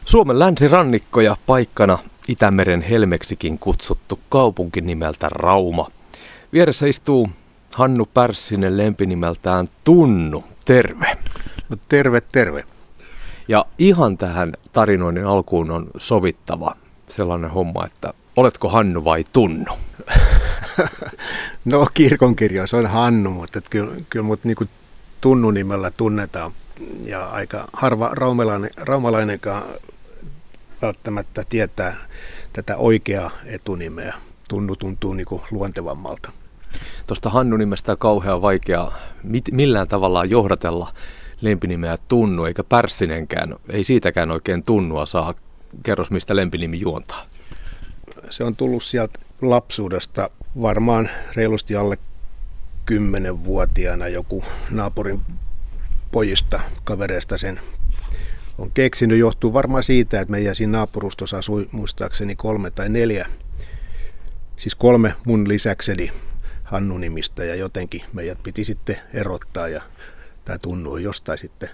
Suomen länsirannikko ja paikkana Itämeren helmeksikin kutsuttu kaupunki nimeltä Rauma. Vieressä istuu Hannu Pärssinen lempinimeltään Tunnu. Terve. No terve, terve. Ja ihan tähän tarinoinnin alkuun on sovittava sellainen homma, että oletko Hannu vai Tunnu? No kirkonkirjoissa on Hannu, mutta kyllä mut niinku Tunnu nimellä tunnetaan. Ja aika harva raumalainenkaan välttämättä tietää tätä oikeaa etunimeä. Tunnu tuntuu niinku luontevammalta. Tuosta Hannu-nimestä on kauhean vaikea millään tavalla johdatella lempinimeä Tunnu, eikä Pärssinenkään. Ei siitäkään oikein Tunnua saa. Kerros, mistä lempinimi juontaa. Se on tullut sieltä lapsuudesta varmaan reilusti alle 10-vuotiaana joku naapurin pojista, kavereista sen on keksinyt. Johtuu varmaan siitä, että meidän siinä naapurustossa asui muistaakseni 3 tai 4, siis 3 mun lisäkseni Hannu-nimistä, ja jotenkin meidät piti sitten erottaa, ja tämä Tunnu on jostain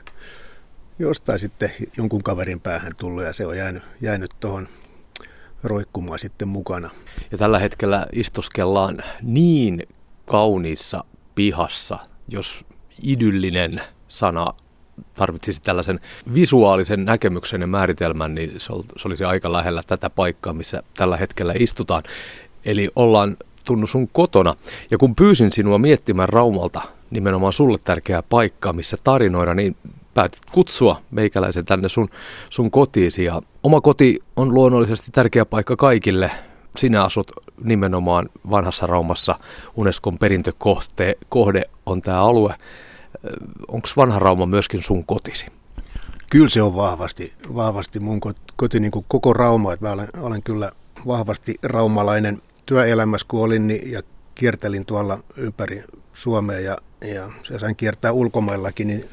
sitten jonkun kaverin päähän tullut, ja se on jäänyt tuohon roikkumaan sitten mukana. Ja tällä hetkellä istuskellaan niin kauniissa pihassa, jos idyllinen sana tarvitsisi tällaisen visuaalisen näkemyksen ja määritelmän, niin se olisi aika lähellä tätä paikkaa, missä tällä hetkellä istutaan. Eli ollaan, Tunnu, sun kotona. Ja kun pyysin sinua miettimään Raumalta nimenomaan sulle tärkeää paikkaa, missä tarinoida, niin päätit kutsua meikäläisen tänne sun kotiisi. Ja oma koti on luonnollisesti tärkeä paikka kaikille. Sinä asut nimenomaan vanhassa Raumassa. Unescon perintökohde on tämä alue. Onko vanha Rauma myöskin sun kotisi? Kyllä se on vahvasti mun koti, niin kuin koko Rauma. Että mä olen kyllä vahvasti raumalainen työelämässä, kun olin ja kiertelin tuolla ympäri Suomea ja sain kiertää ulkomaillakin, niin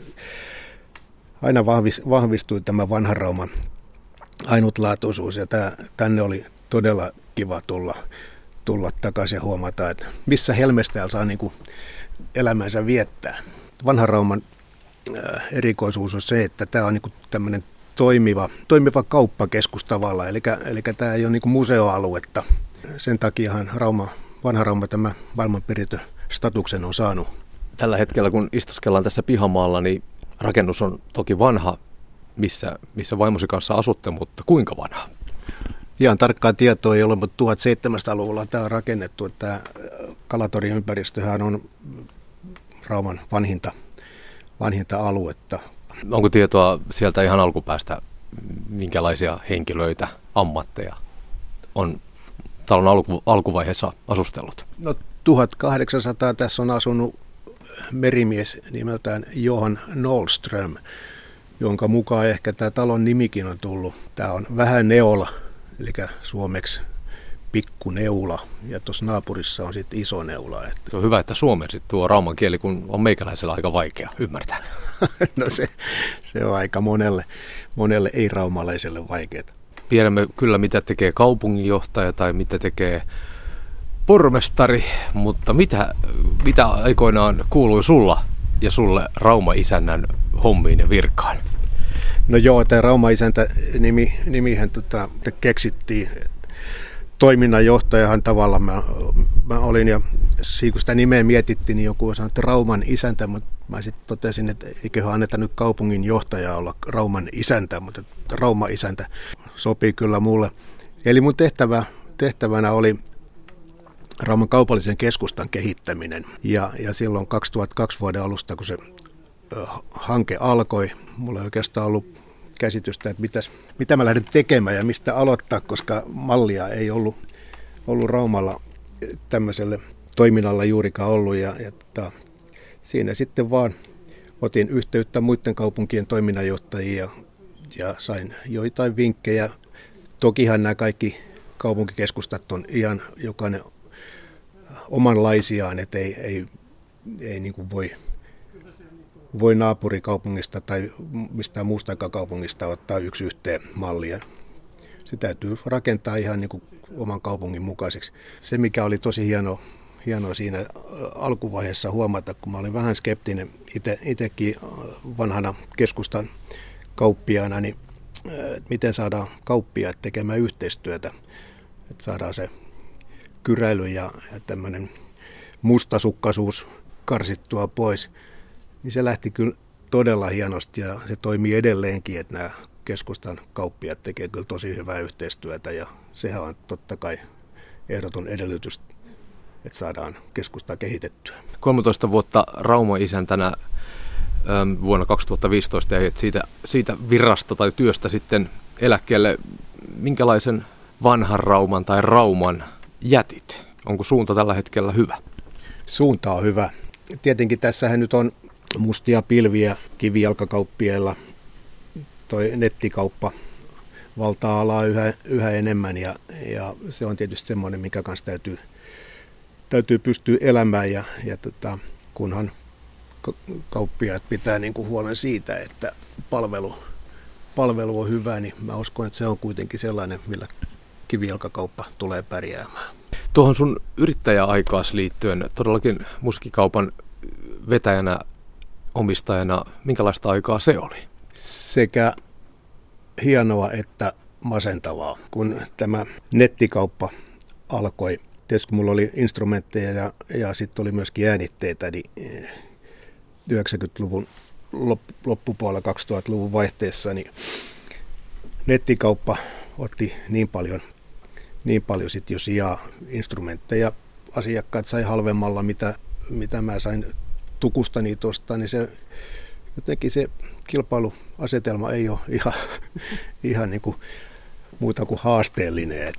aina vahvistui tämä vanhan Rauman ainutlaatuisuus, ja tänne oli todella kiva tulla takaisin ja huomata, että missä helmestä täällä saa niin kuin elämänsä viettää. Vanhan Rauman erikoisuus on se, että tämä on niin kuin tämmöinen toimiva kauppakeskus tavallaan, eli tämä ei ole niin kuin museoaluetta. Sen takiahan vanha Rauma tämä maailmanperintöstatuksen on saanut. Tällä hetkellä, kun istuskellaan tässä pihamaalla, niin rakennus on toki vanha, missä vaimosi kanssa asutte, mutta kuinka vanha? Ihan tarkkaa tietoa ei ole, mutta 1700-luvulla tämä on rakennettu. Tämä Kalatorin ympäristöhän on Rauman vanhinta aluetta. Onko tietoa sieltä ihan alkupäästä, minkälaisia henkilöitä, ammatteja on talon alkuvaiheessa asustellut? No 1800 tässä on asunut merimies nimeltään Johan Nordström, jonka mukaan ehkä tämä talon nimikin on tullut. Tämä on Vähäneula, eli suomeksi pikkuneula, ja tuossa naapurissa on sitten Isoneula. Se on hyvä, että suomensit tuo rauman kieli, kun on meikäläisellä aika vaikea ymmärtää. No se on aika monelle ei-raumalaiselle vaikeaa. Tiedämme kyllä, mitä tekee kaupunginjohtaja tai mitä tekee pormestari, mutta mitä aikoinaan kuului sulla ja sulle Rauma-isännän hommiin ja virkaan? No joo, tämä Rauma-isäntä nimihän keksittiin. Toiminnanjohtajahan tavallaan mä olin, ja kun sitä nimeä mietittiin, niin joku sanoi, että Rauman isäntä, mutta mä sitten totesin, että eiköhän anneta nyt kaupungin johtaja olla Rauman isäntä, mutta Rauma-isäntä sopii kyllä mulle. Eli mun tehtävänä oli Rauman kaupallisen keskustan kehittäminen, ja silloin 2002 vuoden alusta, kun se hanke alkoi, mulla ei oikeastaan ollut käsitystä, että mitä mä lähden tekemään ja mistä aloittaa, koska mallia ei ollut Raumalla tämmöiselle toiminnalla juurikaan ollut, ja siinä sitten vaan otin yhteyttä muiden kaupunkien toiminnanjohtajiin ja sain joitain vinkkejä. Tokihan nämä kaikki kaupunkikeskustat on ihan jokainen omanlaisiaan, että ei niin kuin voi naapurikaupungista tai mistään muustakaan kaupungista ottaa yksi yhteen mallia. Se täytyy rakentaa ihan niin kuin oman kaupungin mukaiseksi. Se, mikä oli tosi hienoa siinä alkuvaiheessa huomata, kun mä olin vähän skeptinen itsekin vanhana keskustan kauppiaana, niin miten saadaan kauppiaat tekemään yhteistyötä, että saadaan se kyräily ja tämmöinen mustasukkaisuus karsittua pois, niin se lähti kyllä todella hienosti ja se toimii edelleenkin, että nämä keskustan kauppiaat tekee kyllä tosi hyvää yhteistyötä ja sehän on totta kai ehdoton edellytys, että saadaan keskustaa kehitettyä. 13 vuotta Rauma-isäntänä vuonna 2015 ja siitä virasta tai työstä sitten eläkkeelle. Minkälaisen vanhan Rauman tai Rauman jätit? Onko suunta tällä hetkellä hyvä? Suunta on hyvä. Tietenkin tässähän nyt on mustia pilviä kivijalkakauppiailla. Toi nettikauppa valtaa alaa yhä enemmän ja se on tietysti semmoinen, mikä kanssa täytyy pystyä elämään ja kunhan kauppiaat pitää niin kuin huolen siitä, että palvelu on hyvä, niin mä uskon, että se on kuitenkin sellainen, millä kivijalkakauppa tulee pärjäämään. Tuohon sun yrittäjäaikaas liittyen, todellakin musiikkikaupan vetäjänä, omistajana, minkälaista aikaa se oli? Sekä hienoa että masentavaa. Kun tämä nettikauppa alkoi, tietysti kun mulla oli instrumentteja ja sitten oli myöskin äänitteitä, niin 90-luvun loppupuolella 2000-luvun vaihteessa, niin nettikauppa otti niin paljon sitten jo sijaa instrumentteja. Asiakkaat sai halvemmalla, mitä mä sain tukustani tuosta, niin se jotenkin se kilpailuasetelma ei ole ihan niin kuin muuta kuin haasteellinen.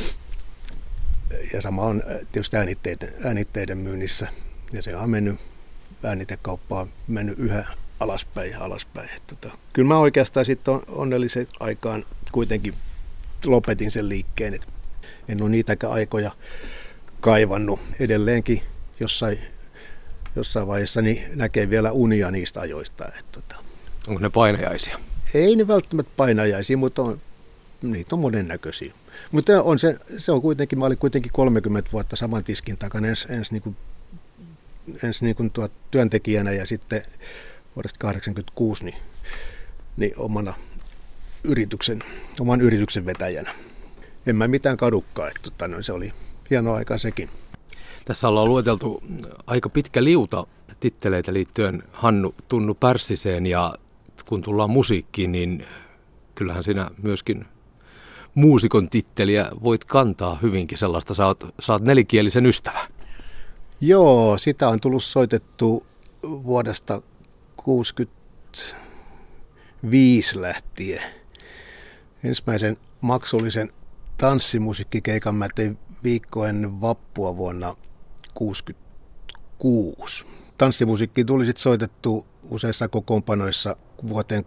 Ja sama on tietysti äänitteiden myynnissä, ja se on mennyt äänitekauppaan mennyt yhä alaspäin. Kyllä mä oikeastaan sitten onnellisen aikaan kuitenkin lopetin sen liikkeen. Et en ole niitäkään aikoja kaivannut. Edelleenkin jossain vaiheessa niin näkee vielä unia niistä ajoista. Onko ne painajaisia? Ei ne välttämättä painajaisia, mutta niitä on monennäköisiä. Mutta se on kuitenkin, mä olin kuitenkin 30 vuotta saman tiskin takana ensin työntekijänä ja sitten vuodesta 1986 niin oman yrityksen vetäjänä. En mä mitään kadukkaa, että se oli hieno aika sekin. Tässä ollaan lueteltu aika pitkä liuta titteleitä liittyen Hannu Tunnu Pärssiseen ja kun tullaan musiikkiin, niin kyllähän sinä myöskin muusikon titteliä voit kantaa hyvinkin sellaista. Sä oot nelikielisen ystävä. Joo, sitä on tullut soitettu vuodesta 1965 lähtien. Ensimmäisen maksullisen tanssimusiikkikeikan mä tein viikko ennen vappua vuonna 1966. Tanssimusiikki tuli sitten soitettu useissa kokoonpanoissa vuoteen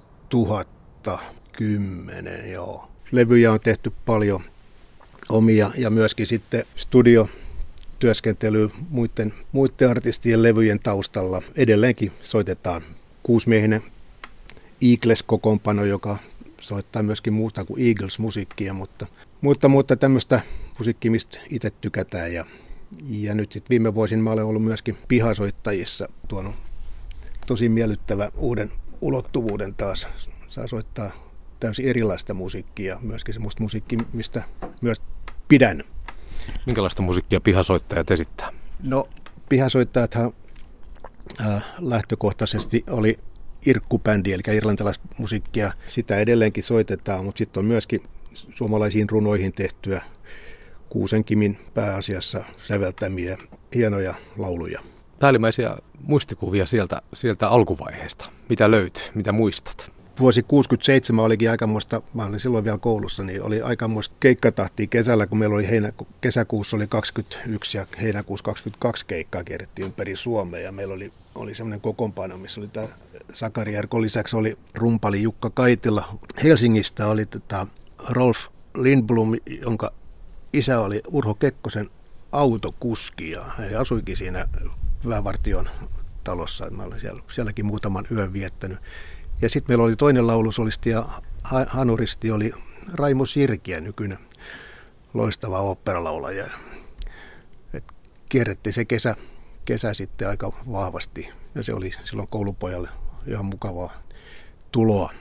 2010. Joo. Levyjä on tehty paljon omia ja myöskin sitten studiotyöskentelyä muiden artistien levyjen taustalla. Edelleenkin soitetaan 6-miehinen Eagles-kokoonpano, joka soittaa myöskin muuta kuin Eagles-musiikkia, mutta tämmöistä musiikkia, mistä itse tykätään. Ja nyt sitten viime vuosina mä olen ollut myöskin pihasoittajissa, tuonut tosi miellyttävä uuden ulottuvuuden taas. Saa soittaa täysin erilaista musiikkia, myöskin semmoista musiikkia, mistä myös pidän. Minkälaista musiikkia pihasoittajat esittää? No, pihasoittajathan lähtökohtaisesti oli irkkubändi, eli irlantilaista musiikkia. Sitä edelleenkin soitetaan, mutta sitten on myöskin suomalaisiin runoihin tehtyä Kuusenkimin pääasiassa säveltämiä hienoja lauluja. Päällimmäisiä muistikuvia sieltä alkuvaiheesta. Mitä löytyy? Mitä muistat? Vuosi 1967 olikin aikamoista, mä olin silloin vielä koulussa, niin oli aikamoista keikkatahtia kesällä, kun meillä oli kesäkuussa oli 21 ja heinäkuussa 22 keikkaa kierrettiin ympäri Suomea. Ja meillä oli semmoinen kokoonpano, missä oli tämä Sakari Erkon lisäksi oli rumpali Jukka Kaitila. Helsingistä oli Rolf Lindblom, jonka isä oli Urho Kekkosen autokuski ja he asuikin siinä Päävartion talossa. Mä olin sielläkin muutaman yön viettänyt. Ja sitten meillä oli toinen laulusolisti ja hanuristi oli Raimo Sirkiä, nykyinen loistava oopperalaulaja. Kierrettiin se kesä sitten aika vahvasti ja se oli silloin koulupojalle ihan mukavaa tuloa.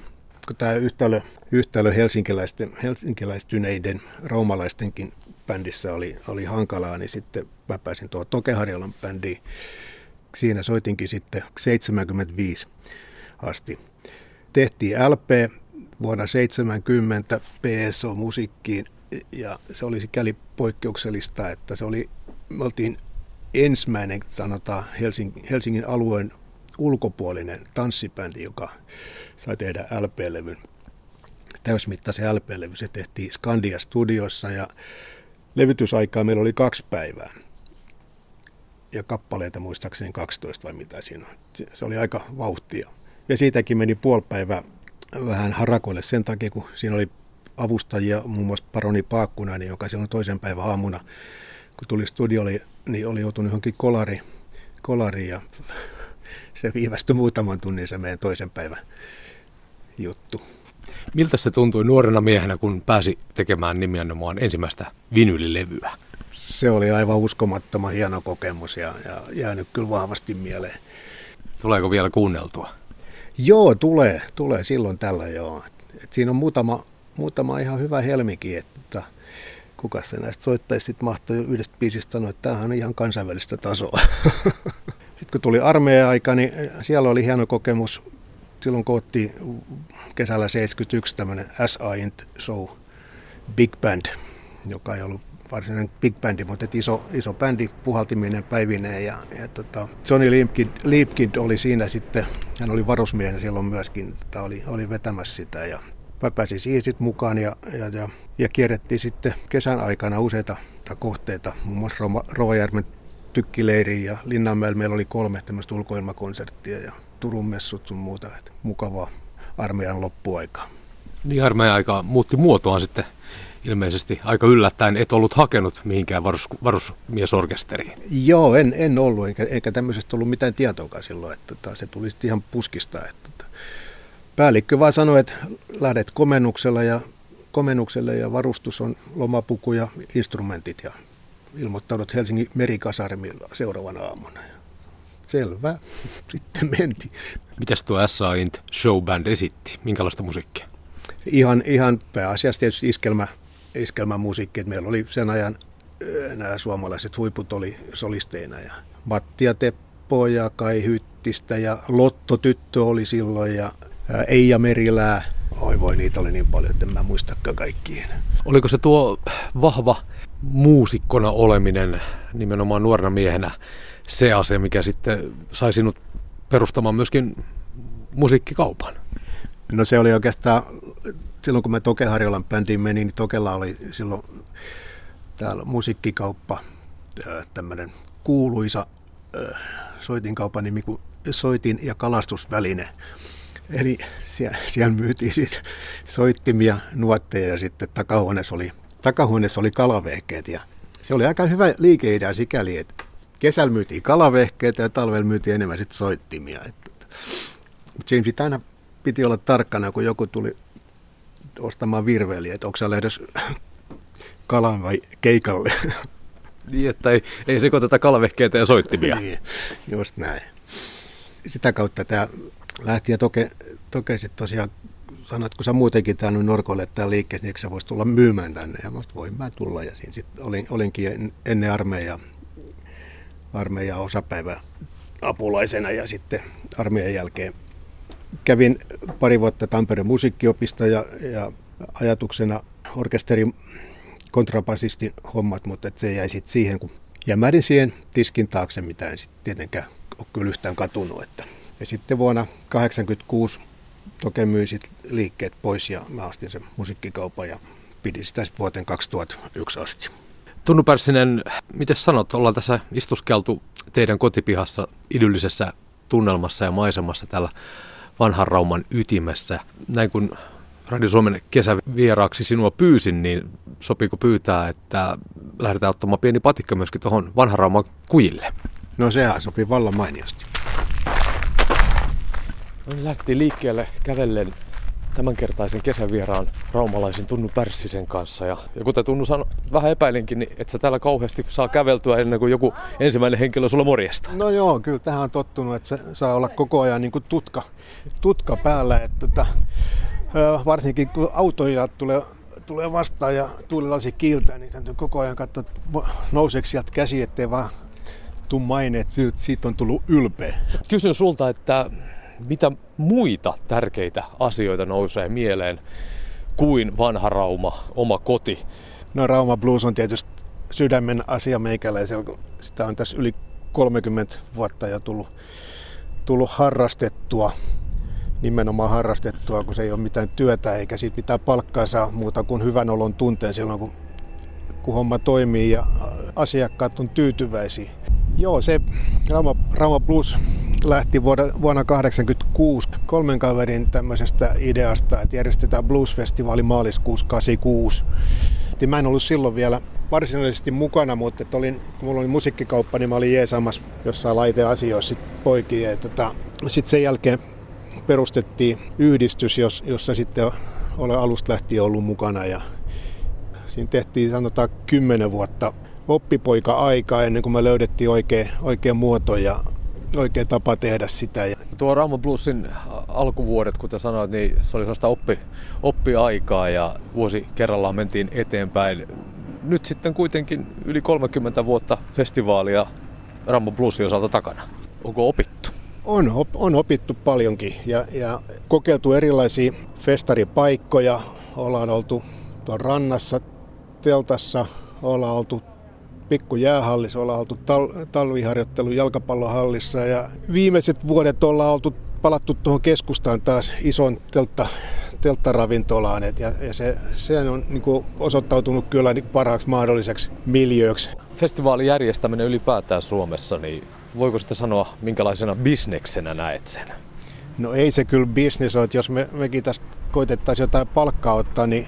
kun tämä yhtälö helsinkiläistyneiden raumalaistenkin bändissä oli hankalaa, niin sitten mä pääsin tuohon Toke Harjolan bändiin. Siinä soitinkin sitten 75 asti. Tehtiin LP vuonna 70 PSO-musiikkiin ja se oli sikäli poikkeuksellista, että me oltiin ensimmäinen, sanotaan Helsingin alueen ulkopuolinen tanssibändi, joka sai tehdä LP-levyn. Täysmittaisen LP-levy. Se tehtiin Skandia Studiossa ja levytysaikaa meillä oli 2 päivää. Ja kappaleita muistaakseni 12 vai mitä siinä on. Se oli aika vauhtia. Ja siitäkin meni puoli päivää vähän harakoille sen takia, kun siinä oli avustajia, muun muassa Paroni Paakkunainen, joka silloin toisen päivän aamuna, kun tuli studiolle, niin oli joutunut johonkin kolariin ja se viivästyi muutaman tunnin se meidän toisen päivän juttu. Miltä se tuntui nuorena miehenä, kun pääsi tekemään nimenomaan ensimmäistä vinyylilevyä? Se oli aivan uskomattoman hieno kokemus ja jäänyt kyllä vahvasti mieleen. Tuleeko vielä kuunneltua? Joo, tulee silloin tällä joo. Et siinä on muutama ihan hyvä helmikin, että kuka se näistä soittajista sitten mahtoi yhdestä biisistä sanoa, että tämähän on ihan kansainvälistä tasoa. Sitten kun tuli armeija-aika, niin siellä oli hieno kokemus. Silloin koottiin kesällä 71 tämmöinen S.I.Int Show Big Band, joka ei ollut varsinainen big bandi, mutta iso bändi, puhaltiminen päivineen. Ja Johnny Liebkind oli siinä sitten, hän oli varusmiehenä silloin myöskin, oli vetämässä sitä. Ja mä pääsin siihen sitten mukaan ja kierrettiin sitten kesän aikana useita kohteita, muun muassa Rovajärven Tykkileiriin ja Linnanmäellä meillä oli 3 tämmöistä ulkoilmakonserttia ja Turun messut sun muuta. Että mukavaa armeijan loppuaikaa. Niin armeija-aika muutti muotoaan sitten ilmeisesti aika yllättäen. Et ollut hakenut mihinkään varusmiesorkesteriin. Joo, en ollut, eikä tämmöisestä ollut mitään tietoakaan silloin, että se tuli sitten ihan puskista. Että päällikkö vaan sanoi, että lähdet komennukselle ja varustus on lomapuku ja instrumentit ja ilmoittaudut Helsingin merikasarmilla seuraavana aamuna. Selvä, sitten mentiin. Mitäs tuo S.I.Int Showband esitti? Minkälaista musiikkia? Ihan pääasiassa tietysti iskelmämusiikki. Meillä oli sen ajan nämä suomalaiset huiput oli solisteina. Ja Matti ja Teppo ja Kai Hyttistä ja Lotto-tyttö oli silloin ja Eija Merilää. Oi voi, niitä oli niin paljon, että en mä muistakaan kaikkiin. Oliko se tuo vahva muusikkona oleminen nimenomaan nuorena miehenä se asia, mikä sitten sai sinut perustamaan myöskin musiikkikaupan? No se oli oikeastaan, silloin kun mä Toke Harjolan bändiin menin, niin Tokella oli silloin täällä musiikkikauppa, tämmöinen kuuluisa soitinkaupan nimi kuin Soitin ja kalastusväline. Eli siellä myytiin siis soittimia, nuotteja ja sitten takahuoneessa oli kalavehkeet. Ja se oli aika hyvä liikeidea sikäli, että kesällä myytiin kalavehkeitä ja talvella myytiin enemmän sitten soittimia. Mutta siinä sitten aina piti olla tarkkana, kun joku tuli ostamaan virveliä, että onko sä lähdössä kalan vai keikalle. Niin, että ei sekoiteta kalavehkeitä ja soittimia. Niin, just näin. Sitä kautta tämä lähti ja Toke sitten tosiaan sanoi, että kun sä muutenkin täällä Norkolle täällä liikkeessä, niin eikö sä vois tulla myymään tänne? Ja mä voin mä tulla. Ja siinä sitten olinkin ennen armeijaa osapäivä apulaisena ja sitten armeijan jälkeen kävin pari vuotta Tampereen musiikkiopisto ja ajatuksena orkesterin kontrabasistin hommat, mutta se jäi sitten siihen, kun jämärin siihen tiskin taakse, mitä en sitten tietenkään ole kyllä yhtään katunut. Ja sitten vuonna 1986 Toke myi sit liikkeet pois ja mä ostin sen musiikkikaupan ja pidin sitä sitten vuoteen 2001 asti. Tunnu Pärssinen, miten sanot, ollaan tässä istuskeltu teidän kotipihassa idyllisessä tunnelmassa ja maisemassa täällä vanhan Rauman ytimessä. Näin kun Radio Suomen kesävieraaksi sinua pyysin, niin sopiiko pyytää, että lähdetään ottamaan pieni patikka myöskin tuohon vanhan Rauman kujille? No sehän sopii vallan mainiosti. No niin, lähdettiin liikkeelle kävellen tämänkertaisen kesävieraan raumalaisen Tunnu Pärssisen kanssa. Ja kuten Tunnu vähän epäilinkin, niin et sä täällä kauheasti saa käveltyä ennen kuin joku ensimmäinen henkilö sulla morjesta. No joo, kyllä tähän on tottunut, että se saa olla koko ajan niin kuin tutka päällä. Että Varsinkin kun autoja tulee vastaan ja tuulilasi kiiltää, niin täytyy koko ajan katsoa, nouseeko sieltä käsi, ettei vaan tuu maine, että siitä on tullut ylpeä. Kysyn sulta, että mitä muita tärkeitä asioita nousee mieleen kuin vanha Rauma, oma koti? No Rauma Blues on tietysti sydämen asia meikäläisellä, kun sitä on tässä yli 30 vuotta jo tullut harrastettua. Nimenomaan harrastettua, kun se ei ole mitään työtä eikä siitä mitään palkkaa saa muuta kuin hyvän olon tunteen silloin, kun homma toimii ja asiakkaat on tyytyväisiä. Joo, se Rauma Blues lähti vuonna 1986 kolmen kaverin tämmöisestä ideasta, että järjestetään blues-festivaali maaliskuussa 1986. Mä en ollut silloin vielä varsinaisesti mukana, mutta kun mulla oli musiikkikauppa, niin mä olin jeesaamassa jossain laiteasioissa poikia. Sitten sen jälkeen perustettiin yhdistys, jossa sitten olen alusta lähtien ollut mukana. Ja siinä tehtiin sanotaan 10 vuotta oppipoika-aikaa ennen kuin me löydettiin oikea muoto ja oikea tapa tehdä sitä. Tuo Rauma Bluesin alkuvuodet, kuten sanoit, niin se oli sellaista oppiaikaa ja vuosi kerrallaan mentiin eteenpäin. Nyt sitten kuitenkin yli 30 vuotta festivaalia Rauma Bluesin osalta takana. Onko opittu? On opittu paljonkin ja kokeiltu erilaisia festaripaikkoja. Ollaan oltu tuolla rannassa, teltassa, ollaan oltu pikkujäähallissa, ollaan oltu talviharjoittelun jalkapallohallissa ja viimeiset vuodet ollaan palattu tuohon keskustaan taas ison telttaravintolaan ja se on niin kuin osoittautunut kyllä niin parhaaksi mahdolliseksi miljööksi. Festivaalin järjestäminen ylipäätään Suomessa, niin voiko sitä sanoa, minkälaisena bisneksenä näet sen? No ei se kyllä bisnes ole, että jos mekin tästä koitettaisiin jotain palkkaa ottaa, niin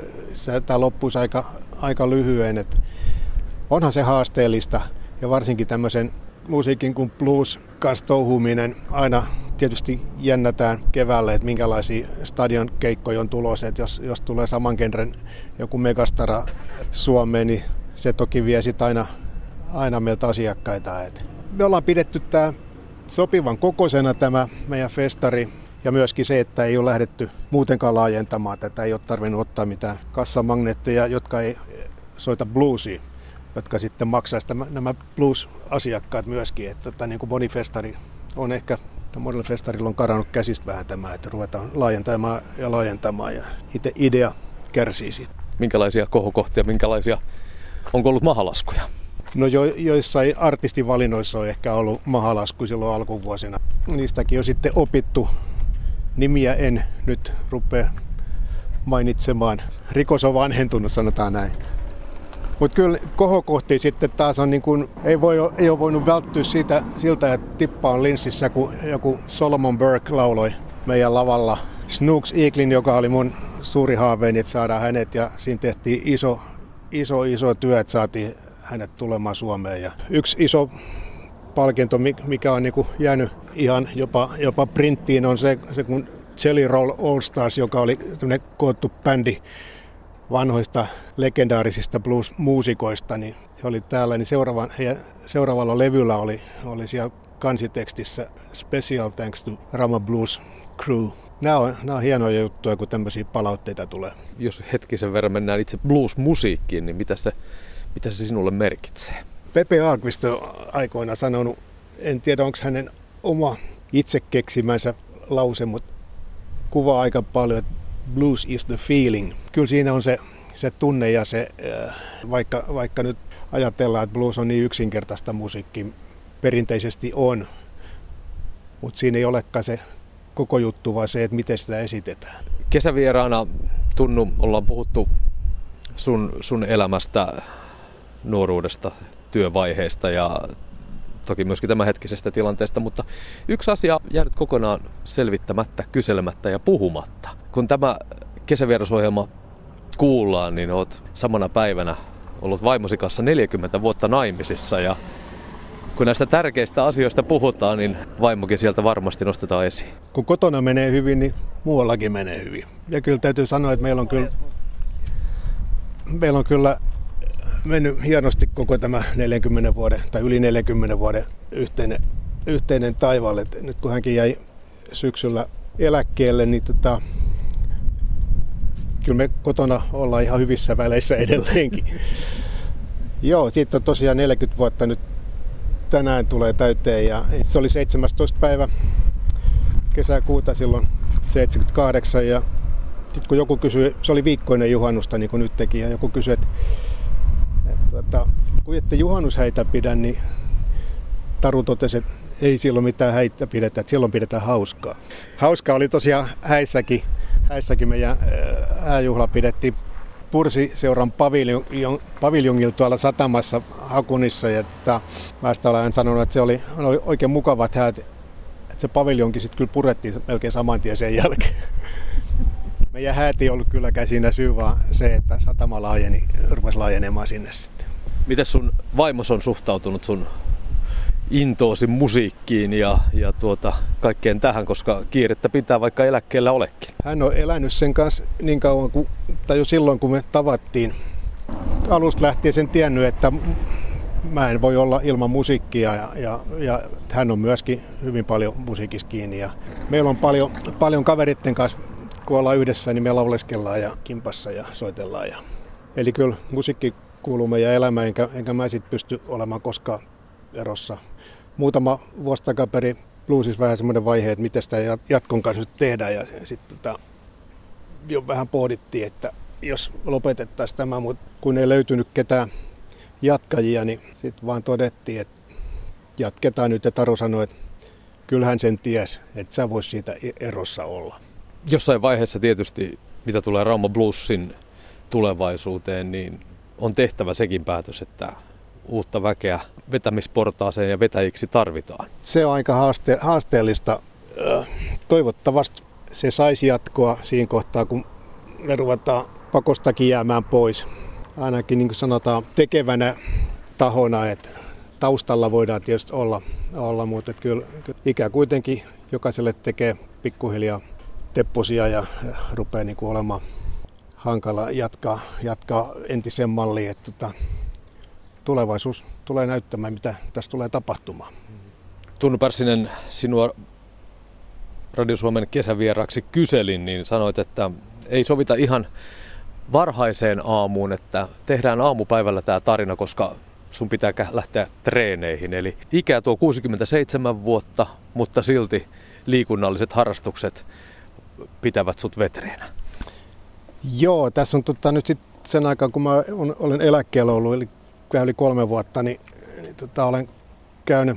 tämä loppuisi aika lyhyen. Että onhan se haasteellista ja varsinkin tämmöisen musiikin kuin blues kanssa touhuminen aina tietysti jännätään keväällä, että minkälaisia stadion keikkoja on tulossa. Että jos tulee saman genren joku megastara Suomeen, niin se toki vie sitten aina meiltä asiakkaita. Et me ollaan pidetty tämä sopivan kokoisena tämä meidän festari ja myöskin se, että ei ole lähdetty muutenkaan laajentamaan tätä. Ei ole tarvinnut ottaa mitään kassamagneetteja, jotka ei soita bluesia, jotka sitten maksaisi nämä blues-asiakkaat myöskin. Että niin kuin moni festari on ehkä, monella festarilla on karannut käsistä vähän tämä, että ruvetaan laajentamaan ja itse idea kärsii siitä. Minkälaisia kohokohtia, onko ollut mahalaskuja? No joissain artistivalinnoissa on ehkä ollut mahalasku silloin alkuvuosina. Niistäkin on sitten opittu. Nimiä en nyt rupea mainitsemaan. Rikos on vanhentunut, sanotaan näin. Mutta kyllä kohokohtia sitten taas on niin kuin, ei ole voinut välttyä siltä, että tippa on linssissä, kun joku Solomon Burke lauloi meidän lavalla. Snooks Eaglin, joka oli mun suuri haaveeni, että saadaan hänet, ja siinä tehtiin iso työ, että saatiin hänet tulemaan Suomeen. Ja yksi iso palkinto, mikä on niin kuin jäänyt ihan jopa printtiin, on se kun Jelly Roll All Stars, joka oli koottu bändi vanhoista legendaarisista blues-muusikoista, niin he oli täällä, niin seuraavalla levyllä oli siellä kansitekstissä Special Thanks to Rauma Blues Crew. Nämä on hienoja juttuja, kun tämmöisiä palautteita tulee. Jos hetkisen verran mennään itse blues-musiikkiin, niin mitä se sinulle merkitsee? Pepe Ahlqvist on aikoinaan sanonut, en tiedä onko hänen oma itse keksimänsä lause, mutta kuvaa aika paljon, että blues is the feeling. Kyllä siinä on se tunne ja se, vaikka nyt ajatellaan, että blues on niin yksinkertaista musiikkia, perinteisesti on, mutta siinä ei olekaan se koko juttu, vaan se, että miten sitä esitetään. Kesävieraana Tunnu, ollaan puhuttu sun elämästä, nuoruudesta, työvaiheesta ja toki myöskin tämänhetkisestä tilanteesta, mutta yksi asia jäänyt kokonaan selvittämättä, kyselemättä ja puhumatta. Kun tämä kesävierasohjelma kuullaan, niin olet samana päivänä ollut vaimosi kanssa 40 vuotta naimisissa ja kun näistä tärkeistä asioista puhutaan, niin vaimokin sieltä varmasti nostetaan esiin. Kun kotona menee hyvin, niin muuallakin menee hyvin. Ja kyllä täytyy sanoa, että meillä on kyllä mennyt hienosti koko tämä 40 vuoden tai yli 40 vuoden yhteinen taivaalla. Nyt kun hänkin jäi syksyllä eläkkeelle, niin kyllä me kotona ollaan ihan hyvissä väleissä edelleenkin. Joo, siitä on tosiaan 40 vuotta nyt tänään tulee täyteen ja se oli 17. päivä kesäkuuta silloin 78 ja sitten kun joku kysyi, se oli viikkoinen juhannusta niin kuin nyt teki ja joku kysyi, että kun ette juhannushäitä pidä, niin Taru totesi, että ei silloin mitään häitä pidetä, että silloin pidetään hauskaa. Hauskaa oli tosiaan häissäkin meidän hääjuhla pidettiin Pursiseuran paviljongilla tuolla satamassa Hakunissa. Ja mä sitä olen sanonut, että se oli oikein mukavat häät, että se paviljonkin sitten kyllä purettiin melkein saman tien sen jälkeen. Meidän häät ei ollut kylläkään siinä syy, vaan se, että satama rupesi laajenemaan sinne sitten. Miten sun vaimos on suhtautunut sun intoosi musiikkiin ja kaikkeen tähän, koska kiirettä pitää vaikka eläkkeellä olekin? Hän on elänyt sen kanssa niin kauan, tai jo silloin kun me tavattiin. Alusta lähtien sen tiennyt, että mä en voi olla ilman musiikkia ja hän on myöskin hyvin paljon musiikissa kiinni. Ja meillä on paljon kaveritten kanssa, kun ollaan yhdessä, niin me lauleskellaan ja kimpassa ja soitellaan. Eli kyllä musiikki kuuluu meidän elämään, enkä mä sit pysty olemaan koskaan erossa. Muutama vuosi takaperin bluesissa vähän semmoinen vaihe, että miten sitä jatkon kanssa nyt tehdään. Ja sitten jo vähän pohdittiin, että jos lopetettaisiin tämä, mutta kun ei löytynyt ketään jatkajia, niin sitten vaan todettiin, että jatketaan nyt. Ja Taru sanoi, että kyllähän sen ties, että sä vois siitä erossa olla. Jossain vaiheessa tietysti, mitä tulee Rauma Bluesin tulevaisuuteen, niin on tehtävä sekin päätös, että uutta väkeä vetämisportaaseen ja vetäjiksi tarvitaan. Se on aika haasteellista. Toivottavasti se saisi jatkoa siinä kohtaa, kun me ruvetaan pakostakin jäämään pois. Ainakin niin kuin sanotaan tekevänä tahona, että taustalla voidaan tietysti olla mutta kyllä ikä kuitenkin jokaiselle tekee pikkuhiljaa tepposia ja rupeaa niin kuin olemaan hankala jatkaa entiseen malliin. Että tulevaisuus tulee näyttämään, mitä tässä tulee tapahtumaan. Tunnu Pärssinen, sinua Radio Suomen kesävieraaksi kyselin, niin sanoit, että ei sovita ihan varhaiseen aamuun, että tehdään aamupäivällä tämä tarina, koska sun pitää lähteä treeneihin. Eli ikää tuo 67 vuotta, mutta silti liikunnalliset harrastukset pitävät sut vetreenä. Joo, tässä on nyt sitten sen aikaa, kun mä olen eläkkeellä ollut, eli yli 3 vuotta, niin olen käynyt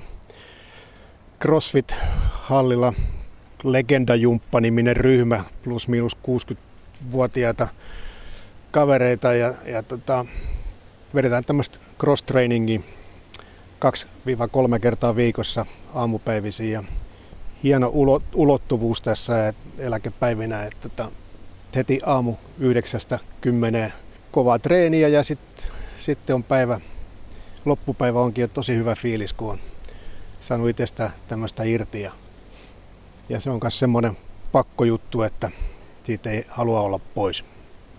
CrossFit-hallilla Legendajumppa-niminen ryhmä, plus miinus 60-vuotiaita kavereita ja vedetään tämmöistä cross-trainingia 2-3 kertaa viikossa aamupäivisiin ja hieno ulottuvuus tässä eläkepäivinä, että heti aamu 9-10 kovaa treeniä ja sitten on loppupäivä onkin jo tosi hyvä fiilis, kun on saanut itsestä tämmöistä irti. Ja se on myös semmoinen pakkojuttu, että siitä ei halua olla pois.